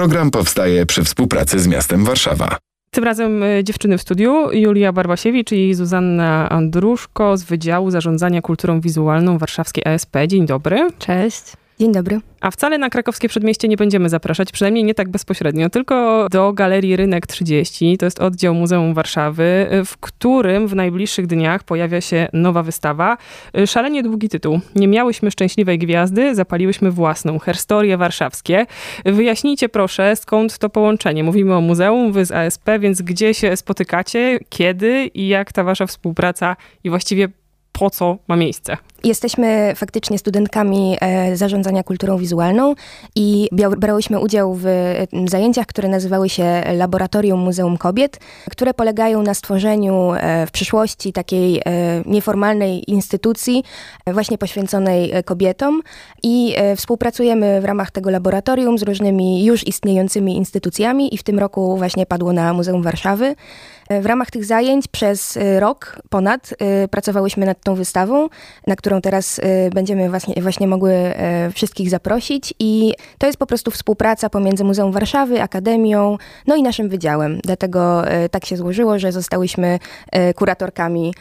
Program powstaje przy współpracy z miastem Warszawa. Tym razem dziewczyny w studiu, Julia Barbasiewicz i Zuzanna Andruszko z Wydziału Zarządzania Kulturą Wizualną Warszawskiej ASP. Dzień dobry. Cześć. Dzień dobry. A wcale na Krakowskie Przedmieście nie będziemy zapraszać, przynajmniej nie tak bezpośrednio, tylko do Galerii Rynek 30. To jest oddział Muzeum Warszawy, w którym w najbliższych dniach pojawia się nowa wystawa. Szalenie długi tytuł. Nie miałyśmy szczęśliwej gwiazdy, zapaliłyśmy własną. Herstorie warszawskie. Wyjaśnijcie proszę, skąd to połączenie. Mówimy o muzeum, wy z ASP, więc gdzie się spotykacie, kiedy i jak ta wasza współpraca i właściwie po co ma miejsce? Jesteśmy faktycznie studentkami zarządzania kulturą wizualną i brałyśmy udział w zajęciach, które nazywały się Laboratorium Muzeum Kobiet, które polegają na stworzeniu w przyszłości takiej nieformalnej instytucji właśnie poświęconej kobietom i współpracujemy w ramach tego laboratorium z różnymi już istniejącymi instytucjami i w tym roku właśnie padło na Muzeum Warszawy. W ramach tych zajęć przez rok ponad pracowałyśmy nad tą wystawą, na którą teraz będziemy właśnie mogły wszystkich zaprosić i to jest po prostu współpraca pomiędzy Muzeum Warszawy, Akademią, no i naszym wydziałem. Dlatego tak się złożyło, że zostałyśmy kuratorkami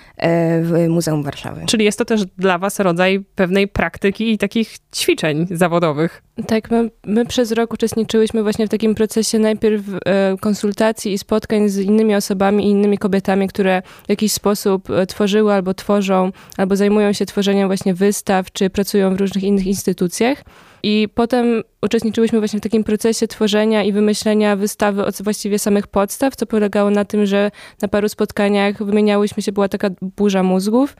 w Muzeum Warszawy. Czyli jest to też dla was rodzaj pewnej praktyki i takich ćwiczeń zawodowych. Tak, my przez rok uczestniczyłyśmy właśnie w takim procesie najpierw konsultacji i spotkań z innymi osobami i innymi kobietami, które w jakiś sposób tworzyły albo tworzą, albo zajmują się tworzeniem właśnie wystaw, czy pracują w różnych innych instytucjach. I potem uczestniczyłyśmy właśnie w takim procesie tworzenia i wymyślenia wystawy od właściwie samych podstaw, co polegało na tym, że na paru spotkaniach wymieniałyśmy się, była taka burza mózgów,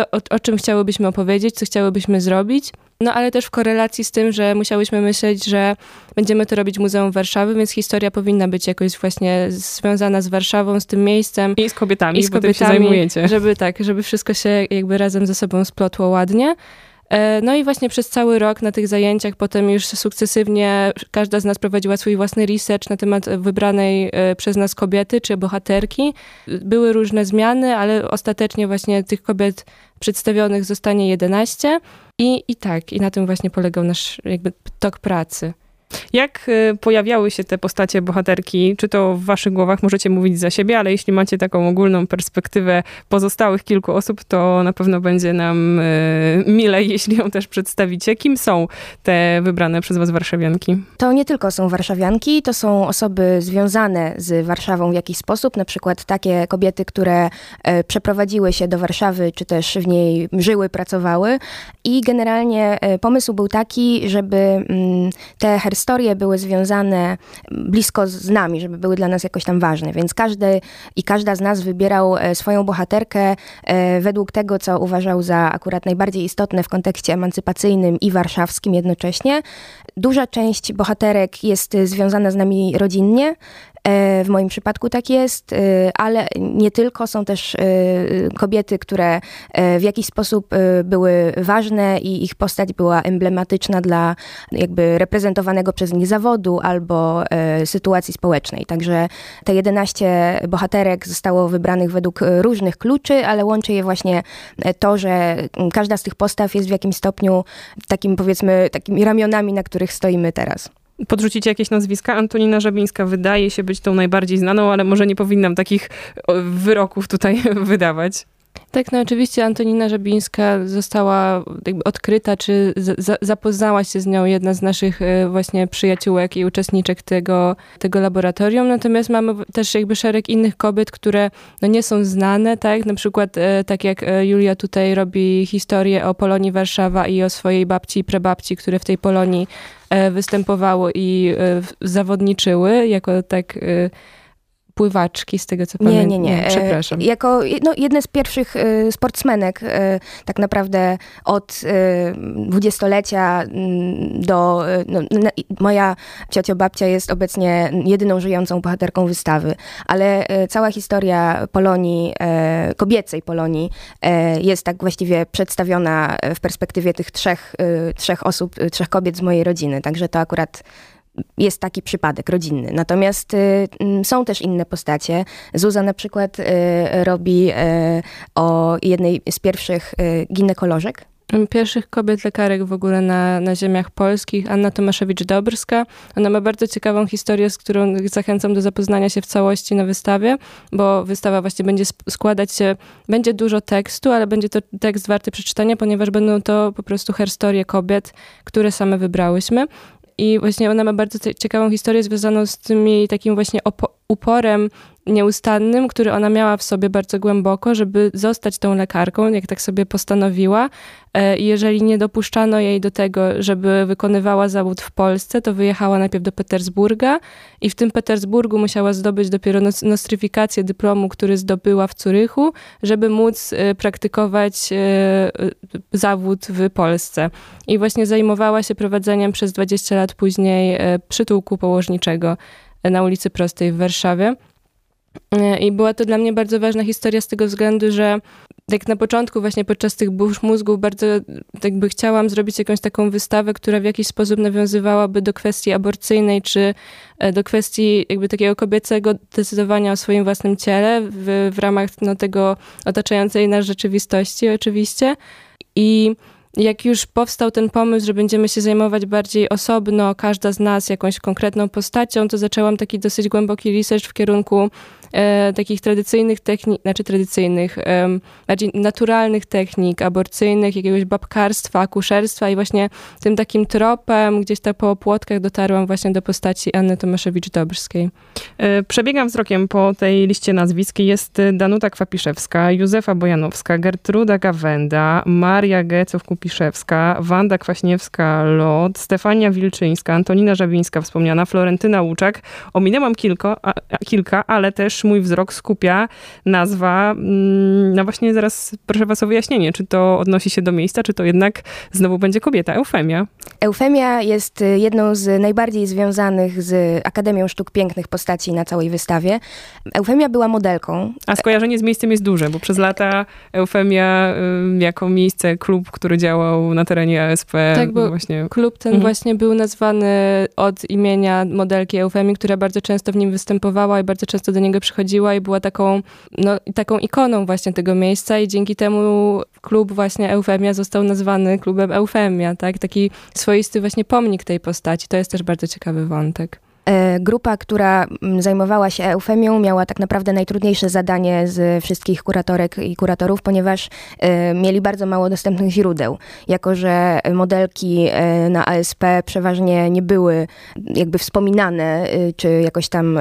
o czym chciałybyśmy opowiedzieć, co chciałybyśmy zrobić. No ale też w korelacji z tym, że musiałyśmy myśleć, że będziemy to robić w Muzeum Warszawy, więc historia powinna być jakoś właśnie związana z Warszawą, z tym miejscem. I z kobietami, bo tym się zajmujecie. Żeby wszystko się jakby razem ze sobą splotło ładnie. No i właśnie przez cały rok na tych zajęciach potem już sukcesywnie każda z nas prowadziła swój własny research na temat wybranej przez nas kobiety czy bohaterki. Były różne zmiany, ale ostatecznie właśnie tych kobiet przedstawionych zostanie 11 i na tym właśnie polegał nasz jakby tok pracy. Jak pojawiały się te postacie bohaterki? Czy to w waszych głowach możecie mówić za siebie, ale jeśli macie taką ogólną perspektywę pozostałych kilku osób, to na pewno będzie nam milej, jeśli ją też przedstawicie. Kim są te wybrane przez was warszawianki? To nie tylko są warszawianki, to są osoby związane z Warszawą w jakiś sposób, na przykład takie kobiety, które przeprowadziły się do Warszawy, czy też w niej żyły, pracowały i generalnie pomysł był taki, żeby te historie były związane blisko z nami, żeby były dla nas jakoś tam ważne, więc każdy i każda z nas wybierał swoją bohaterkę według tego, co uważał za akurat najbardziej istotne w kontekście emancypacyjnym i warszawskim jednocześnie. Duża część bohaterek jest związana z nami rodzinnie. W moim przypadku tak jest, ale nie tylko. Są też kobiety, które w jakiś sposób były ważne i ich postać była emblematyczna dla jakby reprezentowanego przez nich zawodu albo sytuacji społecznej. Także te 11 bohaterek zostało wybranych według różnych kluczy, ale łączy je właśnie to, że każda z tych postaw jest w jakimś stopniu takim, powiedzmy, takimi ramionami, na których stoimy teraz. Podrzucicie jakieś nazwiska? Antonina Żabińska wydaje się być tą najbardziej znaną, ale może nie powinnam takich wyroków tutaj wydawać. Tak, no oczywiście Antonina Żabińska została jakby odkryta, czy zapoznała się z nią jedna z naszych właśnie przyjaciółek i uczestniczek tego laboratorium. Natomiast mamy też jakby szereg innych kobiet, które no nie są znane, tak? Na przykład tak jak Julia tutaj robi historię o Polonii Warszawa i o swojej babci i prababci, które w tej Polonii występowały i zawodniczyły jako tak pływaczki, z tego co pamiętam. Nie. Przepraszam. Jako jedne z pierwszych sportsmenek tak naprawdę od dwudziestolecia do... moja ciociobabcia jest obecnie jedyną żyjącą bohaterką wystawy, ale cała historia Polonii, kobiecej Polonii jest tak właściwie przedstawiona w perspektywie tych trzech osób, trzech kobiet z mojej rodziny, także to akurat jest taki przypadek rodzinny. Natomiast są też inne postacie. Zuza na przykład robi o jednej z pierwszych ginekolożek Pierwszych kobiet lekarek w ogóle na ziemiach polskich, Anna Tomaszewicz-Dobrska. Ona ma bardzo ciekawą historię, z którą zachęcam do zapoznania się w całości na wystawie, bo wystawa właśnie będzie składać się, będzie dużo tekstu, ale będzie to tekst warty przeczytania, ponieważ będą to po prostu herstorie kobiet, które same wybrałyśmy. I właśnie ona ma bardzo ciekawą historię związaną z tym jej takim właśnie uporem nieustannym, który ona miała w sobie bardzo głęboko, żeby zostać tą lekarką, jak tak sobie postanowiła. I jeżeli nie dopuszczano jej do tego, żeby wykonywała zawód w Polsce, to wyjechała najpierw do Petersburga i w tym Petersburgu musiała zdobyć dopiero nostryfikację dyplomu, który zdobyła w Zurychu, żeby móc praktykować zawód w Polsce. I właśnie zajmowała się prowadzeniem przez 20 lat później przytułku położniczego na ulicy Prostej w Warszawie. I była to dla mnie bardzo ważna historia z tego względu, że jak na początku właśnie podczas tych burz mózgów bardzo jakby chciałam zrobić jakąś taką wystawę, która w jakiś sposób nawiązywałaby do kwestii aborcyjnej, czy do kwestii jakby takiego kobiecego decydowania o swoim własnym ciele w ramach tego otaczającej nas rzeczywistości oczywiście. I jak już powstał ten pomysł, że będziemy się zajmować bardziej osobno, każda z nas jakąś konkretną postacią, to zaczęłam taki dosyć głęboki research w kierunku takich tradycyjnych technik, bardziej naturalnych technik aborcyjnych, jakiegoś babkarstwa, akuszerstwa i właśnie tym takim tropem gdzieś tak po opłotkach dotarłam właśnie do postaci Anny Tomaszewicz-Dobrskiej. Przebiegam wzrokiem po tej liście nazwisk. Jest Danuta Kwapiszewska, Józefa Bojanowska, Gertruda Gawenda, Maria Gecow-Kupiszewska, Wanda Kwaśniewska-Lot, Stefania Wilczyńska, Antonina Żabińska wspomniana, Florentyna Łuczak. Ominęłam kilka, ale też mój wzrok skupia nazwa, no właśnie zaraz proszę was o wyjaśnienie, czy to odnosi się do miejsca, czy to jednak znowu będzie kobieta, Eufemia. Eufemia jest jedną z najbardziej związanych z Akademią Sztuk Pięknych postaci na całej wystawie. Eufemia była modelką. A skojarzenie z miejscem jest duże, bo przez lata Eufemia jako miejsce, klub, który działał na terenie ASP. Tak, bo właśnie klub ten właśnie był nazwany od imienia modelki Eufemii, która bardzo często w nim występowała i bardzo często do niego przychodziła i była taką ikoną właśnie tego miejsca i dzięki temu klub właśnie Eufemia został nazwany klubem Eufemia, tak? Taki swoisty właśnie pomnik tej postaci. To jest też bardzo ciekawy wątek. Grupa, która zajmowała się eufemią, miała tak naprawdę najtrudniejsze zadanie z wszystkich kuratorek i kuratorów, ponieważ mieli bardzo mało dostępnych źródeł. Jako że modelki na ASP przeważnie nie były jakby wspominane, czy jakoś tam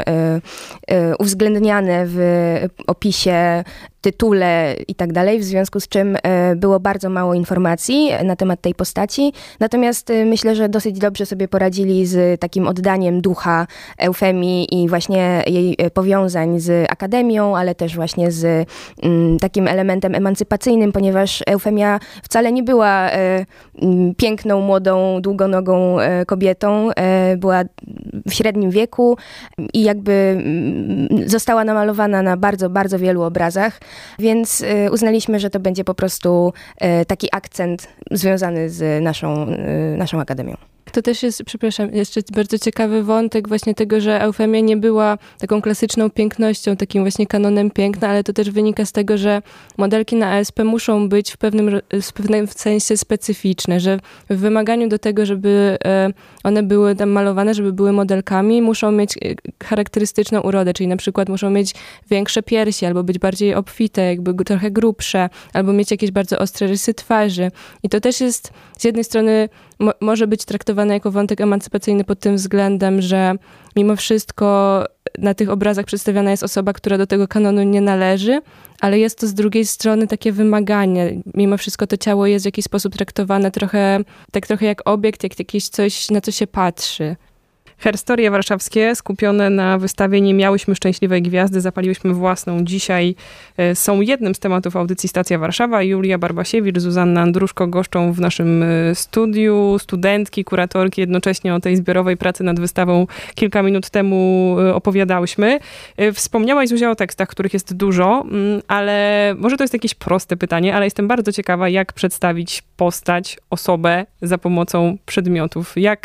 uwzględniane w opisie, tytule i tak dalej, w związku z czym było bardzo mało informacji na temat tej postaci. Natomiast myślę, że dosyć dobrze sobie poradzili z takim oddaniem ducha Eufemii i właśnie jej powiązań z akademią, ale też właśnie z takim elementem emancypacyjnym, ponieważ Eufemia wcale nie była piękną, młodą, długonogą kobietą. Była w średnim wieku i jakby została namalowana na bardzo, bardzo wielu obrazach. Więc uznaliśmy, że to będzie po prostu taki akcent związany z naszą akademią. To też jest, jeszcze bardzo ciekawy wątek właśnie tego, że Eufemia nie była taką klasyczną pięknością, takim właśnie kanonem piękna, ale to też wynika z tego, że modelki na ASP muszą być w pewnym sensie specyficzne, że w wymaganiu do tego, żeby one były tam malowane, żeby były modelkami, muszą mieć charakterystyczną urodę, czyli na przykład muszą mieć większe piersi, albo być bardziej obfite, jakby trochę grubsze, albo mieć jakieś bardzo ostre rysy twarzy. I to też jest z jednej strony może być traktowane jako wątek emancypacyjny pod tym względem, że mimo wszystko na tych obrazach przedstawiana jest osoba, która do tego kanonu nie należy, ale jest to z drugiej strony takie wymaganie. Mimo wszystko to ciało jest w jakiś sposób traktowane trochę jak obiekt, jak jakieś coś, na co się patrzy. Herstorie warszawskie skupione na wystawie Nie miałyśmy szczęśliwej gwiazdy, zapaliłyśmy własną. Dzisiaj są jednym z tematów audycji Stacja Warszawa. Julia Barbasiewicz, Zuzanna Andruszko goszczą w naszym studiu. Studentki, kuratorki, jednocześnie o tej zbiorowej pracy nad wystawą kilka minut temu opowiadałyśmy. Wspomniałaś, Zuzia, o tekstach, których jest dużo, ale może to jest jakieś proste pytanie, ale jestem bardzo ciekawa, jak przedstawić postać, osobę za pomocą przedmiotów. Jak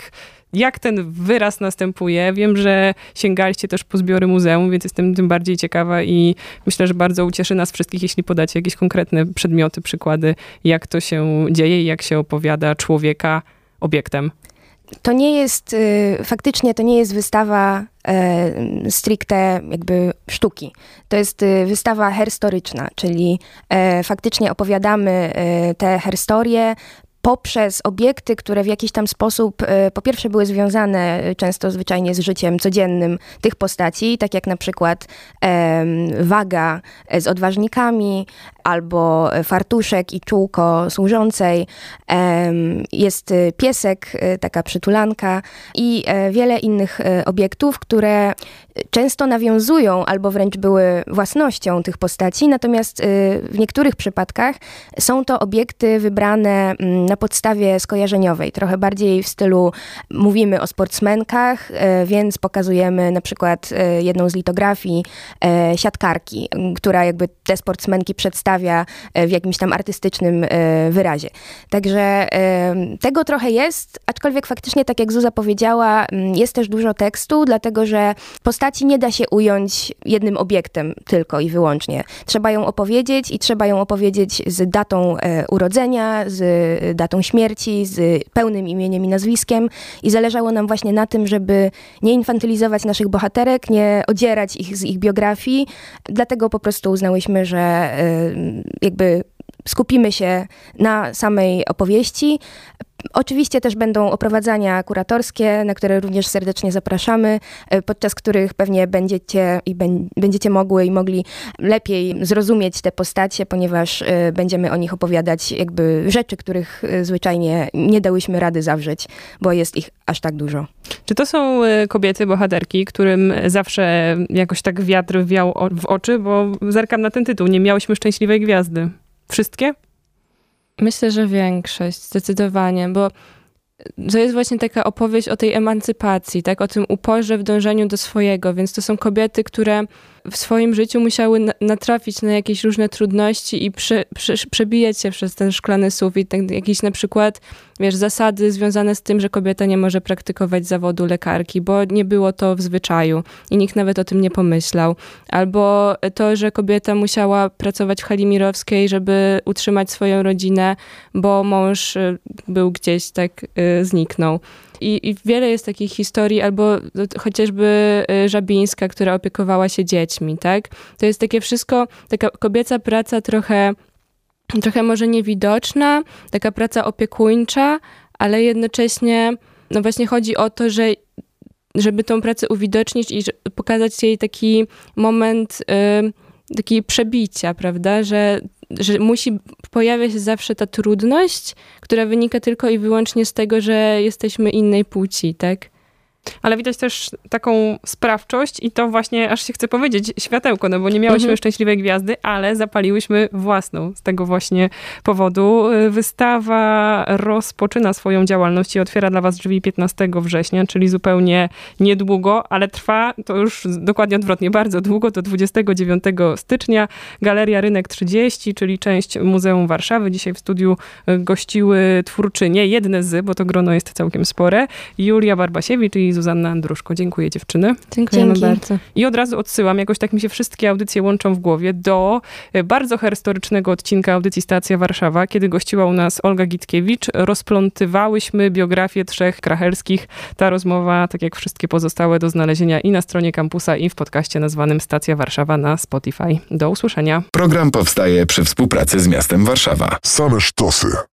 jak ten wyraz następuje. Wiem, że sięgaliście też po zbiory muzeum, więc jestem tym bardziej ciekawa i myślę, że bardzo ucieszy nas wszystkich, jeśli podacie jakieś konkretne przedmioty, przykłady, jak to się dzieje i jak się opowiada człowieka obiektem. To nie jest, faktycznie to nie jest wystawa stricte jakby sztuki. To jest wystawa herstoryczna, czyli faktycznie opowiadamy te herstorie poprzez obiekty, które w jakiś tam sposób po pierwsze były związane często zwyczajnie z życiem codziennym tych postaci, tak jak na przykład waga z odważnikami, albo fartuszek i czółko służącej. Jest piesek, taka przytulanka i wiele innych obiektów, które często nawiązują albo wręcz były własnością tych postaci, natomiast w niektórych przypadkach są to obiekty wybrane na podstawie skojarzeniowej, trochę bardziej w stylu mówimy o sportsmenkach, więc pokazujemy na przykład jedną z litografii siatkarki, która jakby te sportsmenki przedstawia w jakimś tam artystycznym wyrazie. Także tego trochę jest, aczkolwiek faktycznie, tak jak Zuza powiedziała, jest też dużo tekstu, dlatego że postaci nie da się ująć jednym obiektem tylko i wyłącznie. Trzeba ją opowiedzieć i trzeba ją opowiedzieć z datą urodzenia, z datą śmierci, z pełnym imieniem i nazwiskiem i zależało nam właśnie na tym, żeby nie infantylizować naszych bohaterek, nie odzierać ich z ich biografii, dlatego po prostu uznałyśmy, że jakby skupimy się na samej opowieści. Oczywiście też będą oprowadzania kuratorskie, na które również serdecznie zapraszamy, podczas których pewnie będziecie mogły i mogli lepiej zrozumieć te postacie, ponieważ będziemy o nich opowiadać jakby rzeczy, których zwyczajnie nie dałyśmy rady zawrzeć, bo jest ich aż tak dużo. Czy to są kobiety, bohaterki, którym zawsze jakoś tak wiatr wiał w oczy? Bo zerkam na ten tytuł. Nie miałyśmy szczęśliwej gwiazdy. Wszystkie? Myślę, że większość, zdecydowanie, bo to jest właśnie taka opowieść o tej emancypacji, tak, o tym uporze w dążeniu do swojego, więc to są kobiety, które w swoim życiu musiały natrafić na jakieś różne trudności i przebijać się przez ten szklany sufit, tak, jakieś na przykład, zasady związane z tym, że kobieta nie może praktykować zawodu lekarki, bo nie było to w zwyczaju i nikt nawet o tym nie pomyślał. Albo to, że kobieta musiała pracować w hali mirowskiej, żeby utrzymać swoją rodzinę, bo mąż był gdzieś, tak, zniknął. I wiele jest takich historii, albo chociażby Żabińska, która opiekowała się dziećmi, tak? To jest takie wszystko, taka kobieca praca trochę może niewidoczna, taka praca opiekuńcza, ale jednocześnie no właśnie chodzi o to, żeby tą pracę uwidocznić i pokazać jej taki moment takiego przebicia, prawda, że pojawia się zawsze ta trudność, która wynika tylko i wyłącznie z tego, że jesteśmy innej płci, tak? Ale widać też taką sprawczość i to właśnie, aż się chce powiedzieć, światełko, no bo nie miałyśmy szczęśliwej gwiazdy, ale zapaliłyśmy własną. Z tego właśnie powodu wystawa rozpoczyna swoją działalność i otwiera dla was drzwi 15 września, czyli zupełnie niedługo, ale trwa to już dokładnie odwrotnie, bardzo długo, do 29 stycznia. Galeria Rynek 30, czyli część Muzeum Warszawy. Dzisiaj w studiu gościły twórczynie, jedne z, bo to grono jest całkiem spore, Julia Barbasiewicz i Zuzanna Andruszko. Dziękuję, dziewczyny. Dziękujemy bardzo. I od razu odsyłam, jakoś tak mi się wszystkie audycje łączą w głowie, do bardzo historycznego odcinka audycji Stacja Warszawa, kiedy gościła u nas Olga Gitkiewicz. Rozplątywałyśmy biografię 3 Krachelskich. Ta rozmowa, tak jak wszystkie pozostałe, do znalezienia i na stronie kampusa, i w podcaście nazwanym Stacja Warszawa na Spotify. Do usłyszenia. Program powstaje przy współpracy z miastem Warszawa. Same sztosy.